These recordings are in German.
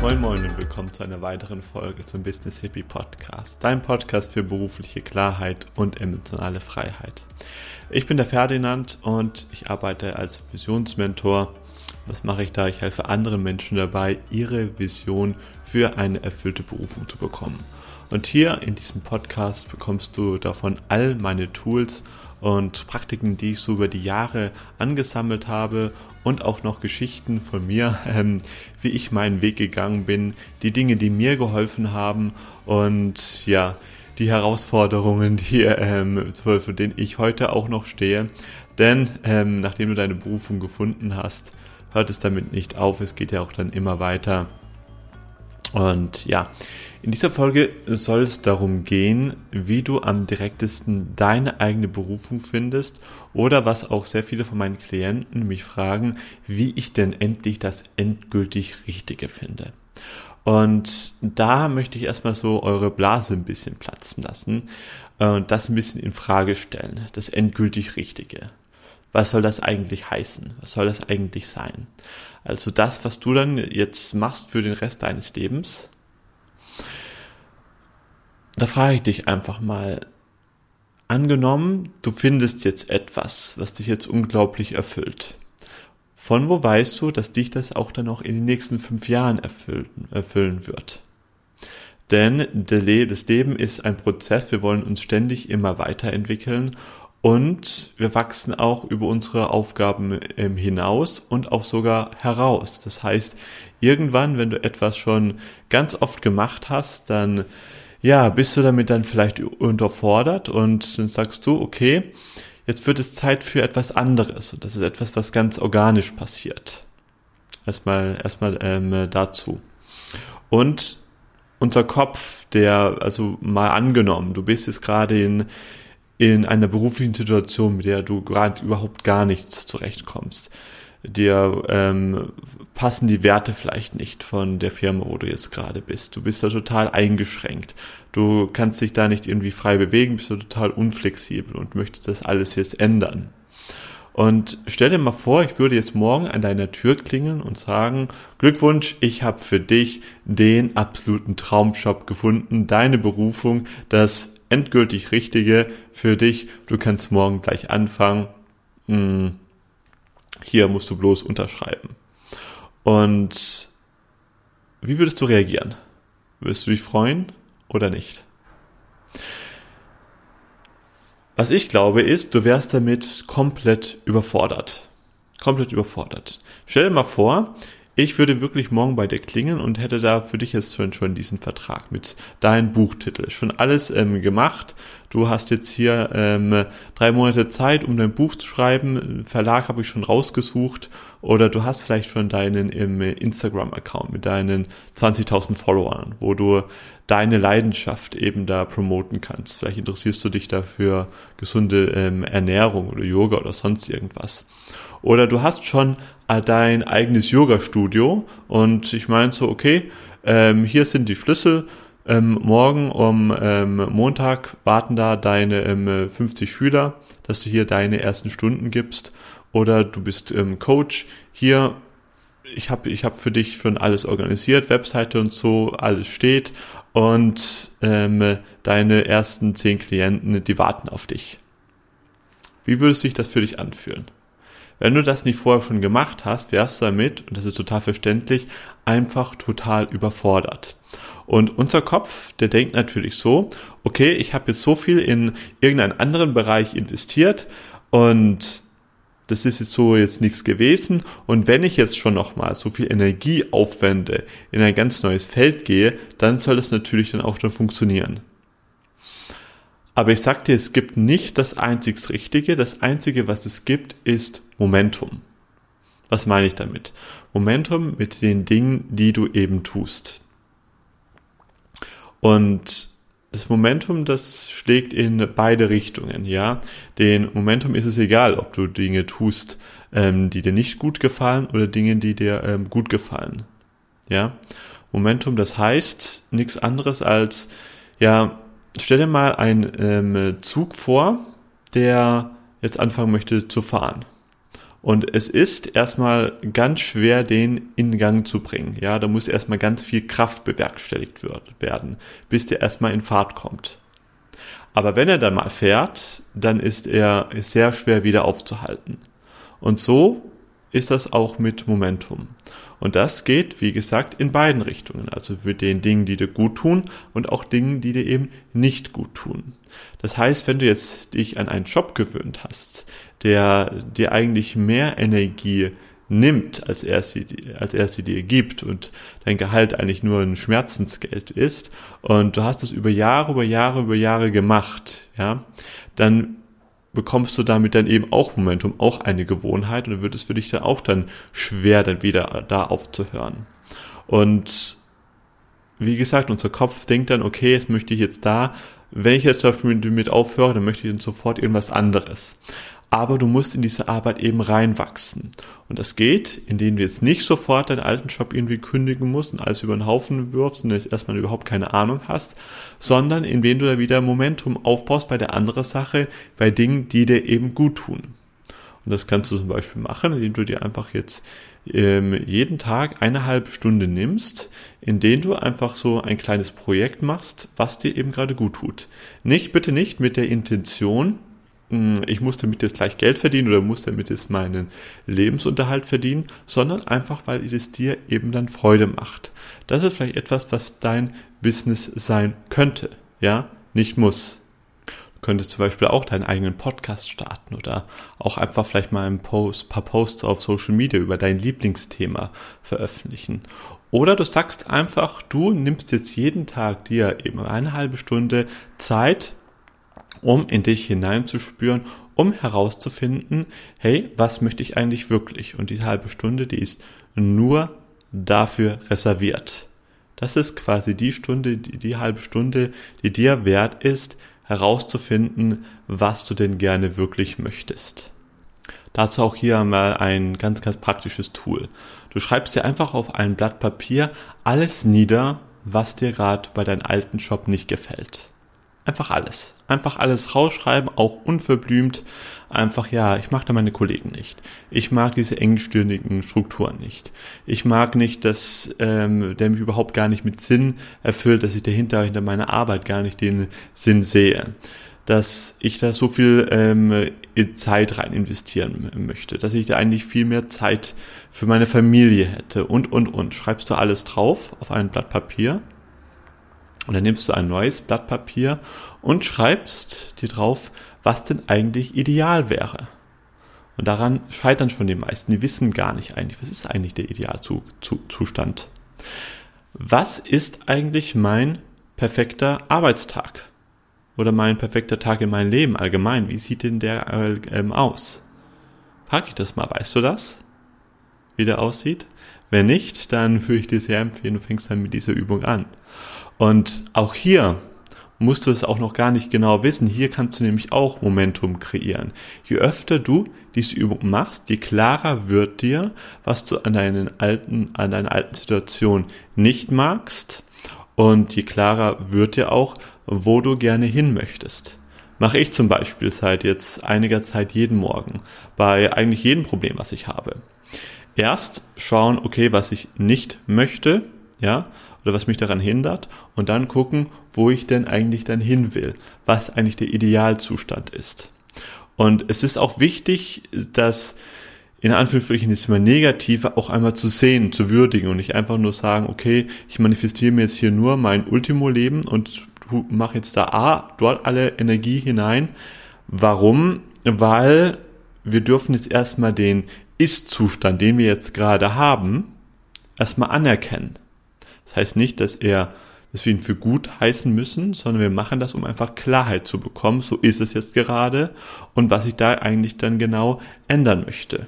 Moin Moin und willkommen zu einer weiteren Folge zum Business Hippie Podcast, dein Podcast für berufliche Klarheit und emotionale Freiheit. Ich bin der Ferdinand und ich arbeite als Visionsmentor. Was mache ich da? Ich helfe anderen Menschen dabei, ihre Vision für eine erfüllte Berufung zu bekommen. Und hier in diesem Podcast bekommst du davon all meine Tools und Praktiken, die ich so über die Jahre angesammelt habe und auch noch Geschichten von mir, wie ich meinen Weg gegangen bin, die Dinge, die mir geholfen haben und ja, die Herausforderungen, für denen ich heute auch noch stehe. Denn nachdem du deine Berufung gefunden hast, hört es damit nicht auf, es geht ja auch dann immer weiter. Und ja, in dieser Folge soll es darum gehen, wie du am direktesten deine eigene Berufung findest oder was auch sehr viele von meinen Klienten mich fragen, wie ich denn endlich das endgültig Richtige finde. Und da möchte ich erstmal so eure Blase ein bisschen platzen lassen und das ein bisschen in Frage stellen, das endgültig Richtige. Was soll das eigentlich heißen? Was soll das eigentlich sein? Also das, was du dann jetzt machst für den Rest deines Lebens. Da frage ich dich einfach mal, angenommen, du findest jetzt etwas, was dich jetzt unglaublich erfüllt. Von wo weißt du, dass dich das auch dann noch in den nächsten 5 Jahren erfüllen wird? Denn das Leben ist ein Prozess, wir wollen uns ständig immer weiterentwickeln und wir wachsen auch über unsere Aufgaben hinaus und auch sogar heraus. Das heißt, irgendwann, wenn du etwas schon ganz oft gemacht hast, dann bist du damit dann vielleicht unterfordert und dann sagst du, okay, jetzt wird es Zeit für etwas anderes. Und das ist etwas, was ganz organisch passiert. Erstmal dazu. Und unser Kopf, also mal angenommen, du bist jetzt gerade in einer beruflichen Situation, mit der du gerade überhaupt gar nichts zurechtkommst. Dir passen die Werte vielleicht nicht von der Firma, wo du jetzt gerade bist. Du bist da total eingeschränkt. Du kannst dich da nicht irgendwie frei bewegen, bist da total unflexibel und möchtest das alles jetzt ändern. Und stell dir mal vor, ich würde jetzt morgen an deiner Tür klingeln und sagen, Glückwunsch, ich habe für dich den absoluten Traumjob gefunden, deine Berufung, das endgültig Richtige für dich. Du kannst morgen gleich anfangen. Hier musst du bloß unterschreiben. Und wie würdest du reagieren? Würdest du dich freuen oder nicht? Was ich glaube ist, du wärst damit komplett überfordert. Komplett überfordert. Stell dir mal vor, ich würde wirklich morgen bei dir klingeln und hätte da für dich jetzt schon diesen Vertrag mit deinem Buchtitel. Schon alles gemacht. Du hast jetzt hier 3 Monate Zeit, um dein Buch zu schreiben. Verlag habe ich schon rausgesucht. Oder du hast vielleicht schon deinen Instagram-Account mit deinen 20.000 Followern, wo du deine Leidenschaft eben da promoten kannst. Vielleicht interessierst du dich da für gesunde Ernährung oder Yoga oder sonst irgendwas. Oder du hast schon dein eigenes Yoga-Studio und ich meine so, okay, hier sind die Schlüssel, morgen Montag warten da deine 50 Schüler, dass du hier deine ersten Stunden gibst. Oder du bist Coach, hier, ich hab für dich schon alles organisiert, Webseite und so, alles steht und deine ersten 10 Klienten, die warten auf dich. Wie würde sich das für dich anfühlen? Wenn du das nicht vorher schon gemacht hast, wärst du damit, und das ist total verständlich, einfach total überfordert. Und unser Kopf, der denkt natürlich so, okay, ich habe jetzt so viel in irgendeinen anderen Bereich investiert und das ist jetzt so jetzt nichts gewesen. Und wenn ich jetzt schon nochmal so viel Energie aufwende, in ein ganz neues Feld gehe, dann soll das natürlich dann auch dann funktionieren. Aber ich sag dir, es gibt nicht das einzig Richtige. Das Einzige, was es gibt, ist Momentum. Was meine ich damit? Momentum mit den Dingen, die du eben tust. Und das Momentum, das schlägt in beide Richtungen, ja. Den Momentum ist es egal, ob du Dinge tust, die dir nicht gut gefallen oder Dinge, die dir gut gefallen, ja. Momentum, das heißt nichts anderes als, stell dir mal einen Zug vor, der jetzt anfangen möchte zu fahren. Und es ist erstmal ganz schwer, den in Gang zu bringen. Ja, da muss erstmal ganz viel Kraft bewerkstelligt werden, bis der erstmal in Fahrt kommt. Aber wenn er dann mal fährt, dann ist er sehr schwer wieder aufzuhalten. Und so ist das auch mit Momentum. Und das geht, wie gesagt, in beiden Richtungen. Also mit den Dingen, die dir gut tun und auch Dingen, die dir eben nicht gut tun. Das heißt, wenn du jetzt dich an einen Job gewöhnt hast, der dir eigentlich mehr Energie nimmt, als er sie dir gibt und dein Gehalt eigentlich nur ein Schmerzensgeld ist und du hast es über Jahre gemacht, ja, dann bekommst du damit dann eben auch Momentum, auch eine Gewohnheit und dann wird es für dich dann auch dann schwer, dann wieder da aufzuhören. Und wie gesagt, unser Kopf denkt dann, okay, jetzt möchte ich jetzt da, wenn ich jetzt damit aufhöre, dann möchte ich dann sofort irgendwas anderes. Aber du musst in diese Arbeit eben reinwachsen. Und das geht, indem du jetzt nicht sofort deinen alten Job irgendwie kündigen musst und alles über den Haufen wirfst und jetzt erstmal überhaupt keine Ahnung hast, sondern indem du da wieder Momentum aufbaust bei der anderen Sache, bei Dingen, die dir eben gut tun. Und das kannst du zum Beispiel machen, indem du dir einfach jetzt jeden Tag 1,5 Stunde nimmst, indem du einfach so ein kleines Projekt machst, was dir eben gerade gut tut. Bitte nicht mit der Intention, ich muss damit jetzt gleich Geld verdienen oder muss damit jetzt meinen Lebensunterhalt verdienen, sondern einfach, weil es dir eben dann Freude macht. Das ist vielleicht etwas, was dein Business sein könnte, ja, nicht muss. Du könntest zum Beispiel auch deinen eigenen Podcast starten oder auch einfach vielleicht mal ein paar Posts auf Social Media über dein Lieblingsthema veröffentlichen. Oder du sagst einfach, du nimmst jetzt jeden Tag dir eben 1,5 Stunde Zeit, um in dich hineinzuspüren, um herauszufinden, hey, was möchte ich eigentlich wirklich? Und diese halbe Stunde, die ist nur dafür reserviert. Das ist quasi die Stunde, die halbe Stunde, die dir wert ist, herauszufinden, was du denn gerne wirklich möchtest. Dazu auch hier mal ein ganz, ganz praktisches Tool. Du schreibst dir einfach auf ein Blatt Papier alles nieder, was dir gerade bei deinem alten Job nicht gefällt. Einfach alles rausschreiben, auch unverblümt. Einfach, ja, ich mag da meine Kollegen nicht. Ich mag diese engstirnigen Strukturen nicht. Ich mag nicht, dass der mich überhaupt gar nicht mit Sinn erfüllt, dass ich hinter meiner Arbeit gar nicht den Sinn sehe. Dass ich da so viel Zeit rein investieren möchte. Dass ich da eigentlich viel mehr Zeit für meine Familie hätte und. Schreibst du alles drauf auf ein Blatt Papier. Und dann nimmst du ein neues Blatt Papier und schreibst dir drauf, was denn eigentlich ideal wäre. Und daran scheitern schon die meisten. Die wissen gar nicht eigentlich, was ist eigentlich der Idealzustand. Was ist eigentlich mein perfekter Arbeitstag? Oder mein perfekter Tag in meinem Leben allgemein? Wie sieht denn der aus? Frag ich das mal, weißt du das? Wie der aussieht? Wenn nicht, dann würde ich dir sehr empfehlen, du fängst dann mit dieser Übung an. Und auch hier musst du es auch noch gar nicht genau wissen. Hier kannst du nämlich auch Momentum kreieren. Je öfter du diese Übung machst, je klarer wird dir, was du an deiner alten Situation nicht magst. Und je klarer wird dir auch, wo du gerne hin möchtest. Mache ich zum Beispiel seit jetzt einiger Zeit jeden Morgen bei eigentlich jedem Problem, was ich habe. Erst schauen, okay, was ich nicht möchte, ja, oder was mich daran hindert und dann gucken, wo ich denn eigentlich dann hin will, was eigentlich der Idealzustand ist. Und es ist auch wichtig, dass in Anführungsstrichen ist immer Negative auch einmal zu sehen, zu würdigen und nicht einfach nur sagen, okay, ich manifestiere mir jetzt hier nur mein Ultimo-Leben und mache jetzt da dort alle Energie hinein. Warum? Weil wir dürfen jetzt erstmal den Ist-Zustand, den wir jetzt gerade haben, erstmal anerkennen. Das heißt nicht, dass wir ihn für gut heißen müssen, sondern wir machen das, um einfach Klarheit zu bekommen. So ist es jetzt gerade und was ich da eigentlich dann genau ändern möchte.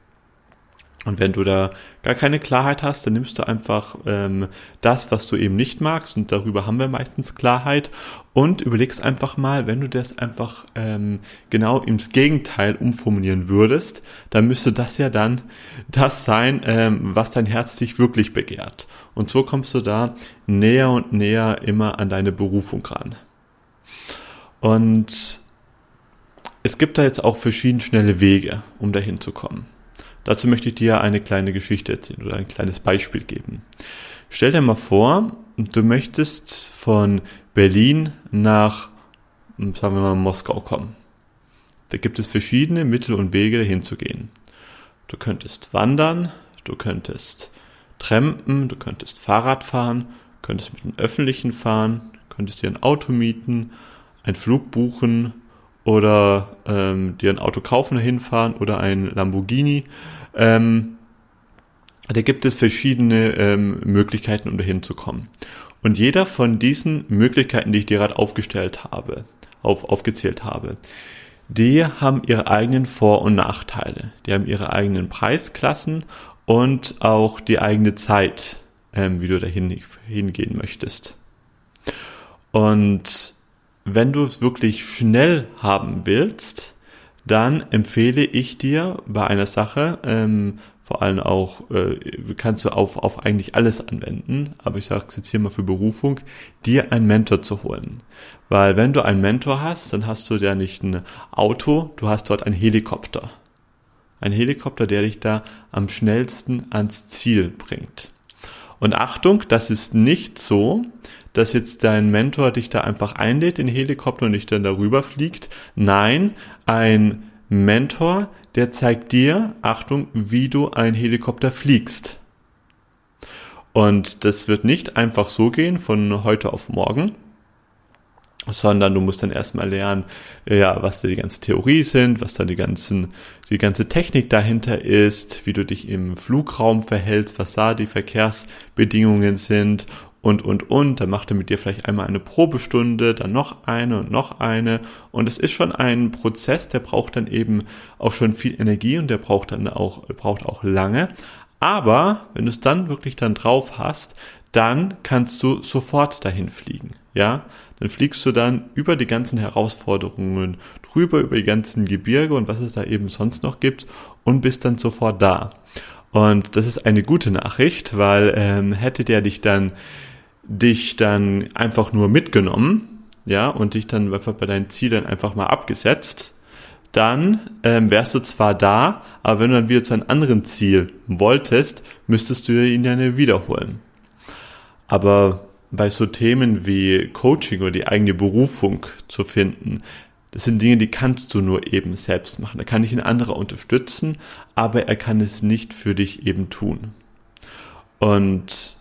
Und wenn du da gar keine Klarheit hast, dann nimmst du einfach das, was du eben nicht magst und darüber haben wir meistens Klarheit und überlegst einfach mal, wenn du das einfach genau ins Gegenteil umformulieren würdest, dann müsste das ja dann das sein, was dein Herz sich wirklich begehrt. Und so kommst du da näher und näher immer an deine Berufung ran. Und es gibt da jetzt auch verschiedene schnelle Wege, um dahin zu kommen. Dazu möchte ich dir eine kleine Geschichte erzählen oder ein kleines Beispiel geben. Stell dir mal vor, du möchtest von Berlin nach, sagen wir mal, Moskau kommen. Da gibt es verschiedene Mittel und Wege, dahin zu gehen. Du könntest wandern, du könntest trampen, du könntest Fahrrad fahren, könntest mit dem Öffentlichen fahren, könntest dir ein Auto mieten, einen Flug buchen oder dir ein Auto kaufen, dahin fahren oder ein Lamborghini. Da gibt es verschiedene Möglichkeiten, um dahin zu kommen. Und jeder von diesen Möglichkeiten, die ich dir gerade aufgezählt habe, die haben ihre eigenen Vor- und Nachteile. Die haben ihre eigenen Preisklassen und auch die eigene Zeit, wie du dahin hingehen möchtest. Und wenn du es wirklich schnell haben willst, dann empfehle ich dir bei einer Sache, vor allem auch, kannst du auf eigentlich alles anwenden, aber ich sage es jetzt hier mal für Berufung, dir einen Mentor zu holen. Weil wenn du einen Mentor hast, dann hast du ja nicht ein Auto, du hast dort einen Helikopter. Ein Helikopter, der dich da am schnellsten ans Ziel bringt. Und Achtung, das ist nicht so, dass jetzt dein Mentor dich da einfach einlädt in den Helikopter und dich dann darüber fliegt. Nein, ein Mentor, der zeigt dir, Achtung, wie du einen Helikopter fliegst. Und das wird nicht einfach so gehen von heute auf morgen, sondern du musst dann erstmal lernen, ja, was da die ganze Theorie sind, was da die ganze Technik dahinter ist, wie du dich im Flugraum verhältst, was da die Verkehrsbedingungen sind und. Dann macht er mit dir vielleicht einmal eine Probestunde, dann noch eine und noch eine. Und es ist schon ein Prozess, der braucht dann eben auch schon viel Energie und der braucht auch lange. Aber wenn du es dann wirklich dann drauf hast, dann kannst du sofort dahin fliegen, ja. Dann fliegst du dann über die ganzen Herausforderungen drüber, über die ganzen Gebirge und was es da eben sonst noch gibt und bist dann sofort da. Und das ist eine gute Nachricht, weil hätte der dich dann einfach nur mitgenommen, ja, und dich dann einfach bei deinen Zielen einfach mal abgesetzt, dann wärst du zwar da, aber wenn du dann wieder zu einem anderen Ziel wolltest, müsstest du ihn dann wiederholen. Aber bei so Themen wie Coaching oder die eigene Berufung zu finden, das sind Dinge, die kannst du nur eben selbst machen. Da kann dich ein anderer unterstützen, aber er kann es nicht für dich eben tun. Und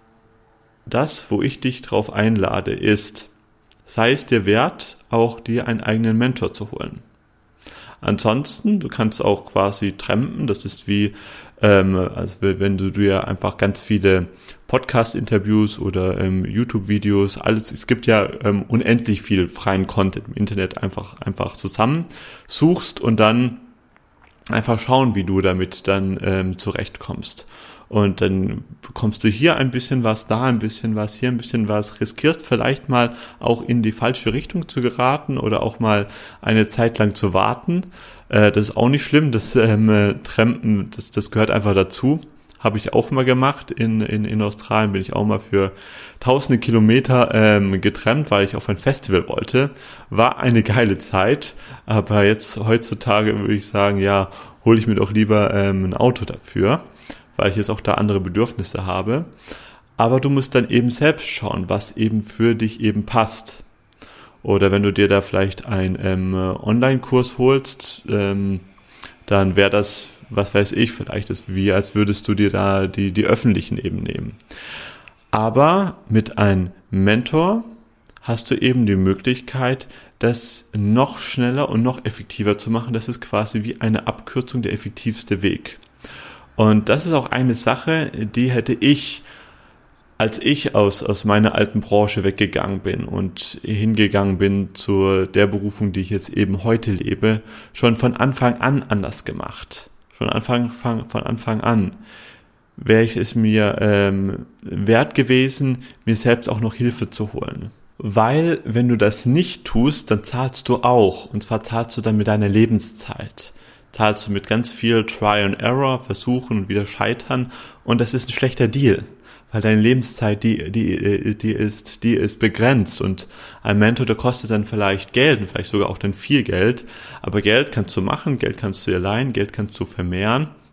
das, wo ich dich drauf einlade, ist, sei es dir wert, auch dir einen eigenen Mentor zu holen. Ansonsten, du kannst auch quasi trampen, das ist wie, also wenn du dir einfach ganz viele Podcast-Interviews oder YouTube-Videos, alles, es gibt ja unendlich viel freien Content im Internet einfach zusammen suchst und dann einfach schauen, wie du damit dann zurechtkommst. Und dann bekommst du hier ein bisschen was, da ein bisschen was, hier ein bisschen was, riskierst vielleicht mal auch in die falsche Richtung zu geraten oder auch mal eine Zeit lang zu warten. Das ist auch nicht schlimm, das Trampen, das gehört einfach dazu. Habe ich auch mal gemacht. In Australien bin ich auch mal für tausende Kilometer getrampt, weil ich auf ein Festival wollte. War eine geile Zeit, aber jetzt heutzutage würde ich sagen, ja, hole ich mir doch lieber ein Auto dafür, weil ich jetzt auch da andere Bedürfnisse habe. Aber du musst dann eben selbst schauen, was eben für dich eben passt. Oder wenn du dir da vielleicht einen Online-Kurs holst, dann wäre das, was weiß ich, vielleicht ist wie, als würdest du dir da die öffentlichen eben nehmen. Aber mit einem Mentor hast du eben die Möglichkeit, das noch schneller und noch effektiver zu machen. Das ist quasi wie eine Abkürzung, der effektivste Weg. Und das ist auch eine Sache, die hätte ich, als ich aus meiner alten Branche weggegangen bin und hingegangen bin zu der Berufung, die ich jetzt eben heute lebe, schon von Anfang an anders gemacht. Von Anfang an wäre ich es mir wert gewesen, mir selbst auch noch Hilfe zu holen. Weil, wenn du das nicht tust, dann zahlst du auch. Und zwar zahlst du dann mit deiner Lebenszeit. Zahlst du mit ganz viel Try and Error, versuchen und wieder scheitern. Und das ist ein schlechter Deal. Weil deine Lebenszeit, die ist begrenzt. Und ein Mentor, der kostet dann vielleicht Geld und vielleicht sogar auch dann viel Geld. Aber Geld kannst du machen, Geld kannst du dir leihen, Geld kannst du vermehren.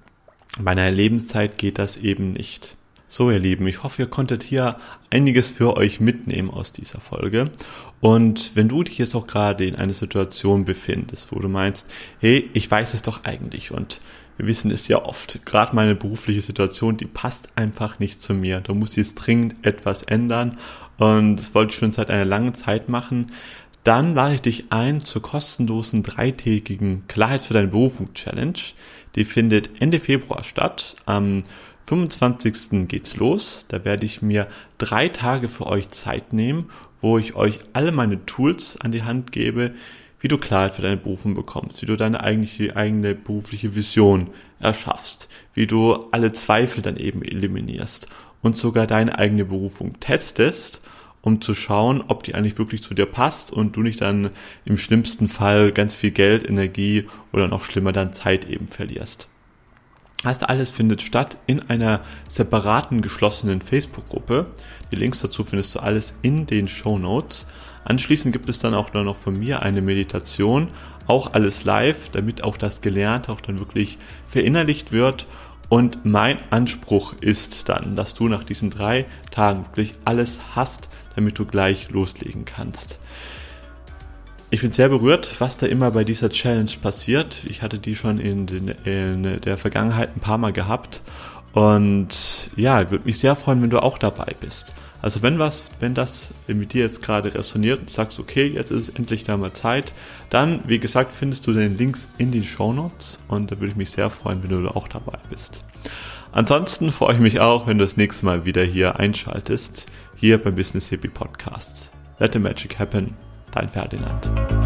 In meiner Lebenszeit geht das eben nicht. So, ihr Lieben, ich hoffe, ihr konntet hier einiges für euch mitnehmen aus dieser Folge. Und wenn du dich jetzt auch gerade in einer Situation befindest, wo du meinst, hey, ich weiß es doch eigentlich und wir wissen es ja oft, gerade meine berufliche Situation, die passt einfach nicht zu mir. Da muss jetzt dringend etwas ändern und das wollte ich schon seit einer langen Zeit machen. Dann lade ich dich ein zur kostenlosen 3-tägigen Klarheit für deine Berufung Challenge. Die findet Ende Februar statt. Am 25. geht's los. Da werde ich mir 3 Tage für euch Zeit nehmen, wo ich euch alle meine Tools an die Hand gebe, wie du Klarheit für deine Berufung bekommst, wie du deine eigene berufliche Vision erschaffst, wie du alle Zweifel dann eben eliminierst und sogar deine eigene Berufung testest, um zu schauen, ob die eigentlich wirklich zu dir passt und du nicht dann im schlimmsten Fall ganz viel Geld, Energie oder noch schlimmer dann Zeit eben verlierst. Das alles findet statt in einer separaten, geschlossenen Facebook-Gruppe. Die Links dazu findest du alles in den Shownotes. Anschließend gibt es dann auch nur noch von mir eine Meditation, auch alles live, damit auch das Gelernte auch dann wirklich verinnerlicht wird. Und mein Anspruch ist dann, dass du nach diesen 3 Tagen wirklich alles hast, damit du gleich loslegen kannst. Ich bin sehr berührt, was da immer bei dieser Challenge passiert. Ich hatte die schon in der Vergangenheit ein paar Mal gehabt und ja, würde mich sehr freuen, wenn du auch dabei bist. Also wenn das mit dir jetzt gerade resoniert und sagst, okay, jetzt ist es endlich da mal Zeit, dann, wie gesagt, findest du den Links in den Shownotes und da würde ich mich sehr freuen, wenn du auch dabei bist. Ansonsten freue ich mich auch, wenn du das nächste Mal wieder hier einschaltest, hier beim Business Hippie Podcast. Let the Magic Happen. Dein Ferdinand.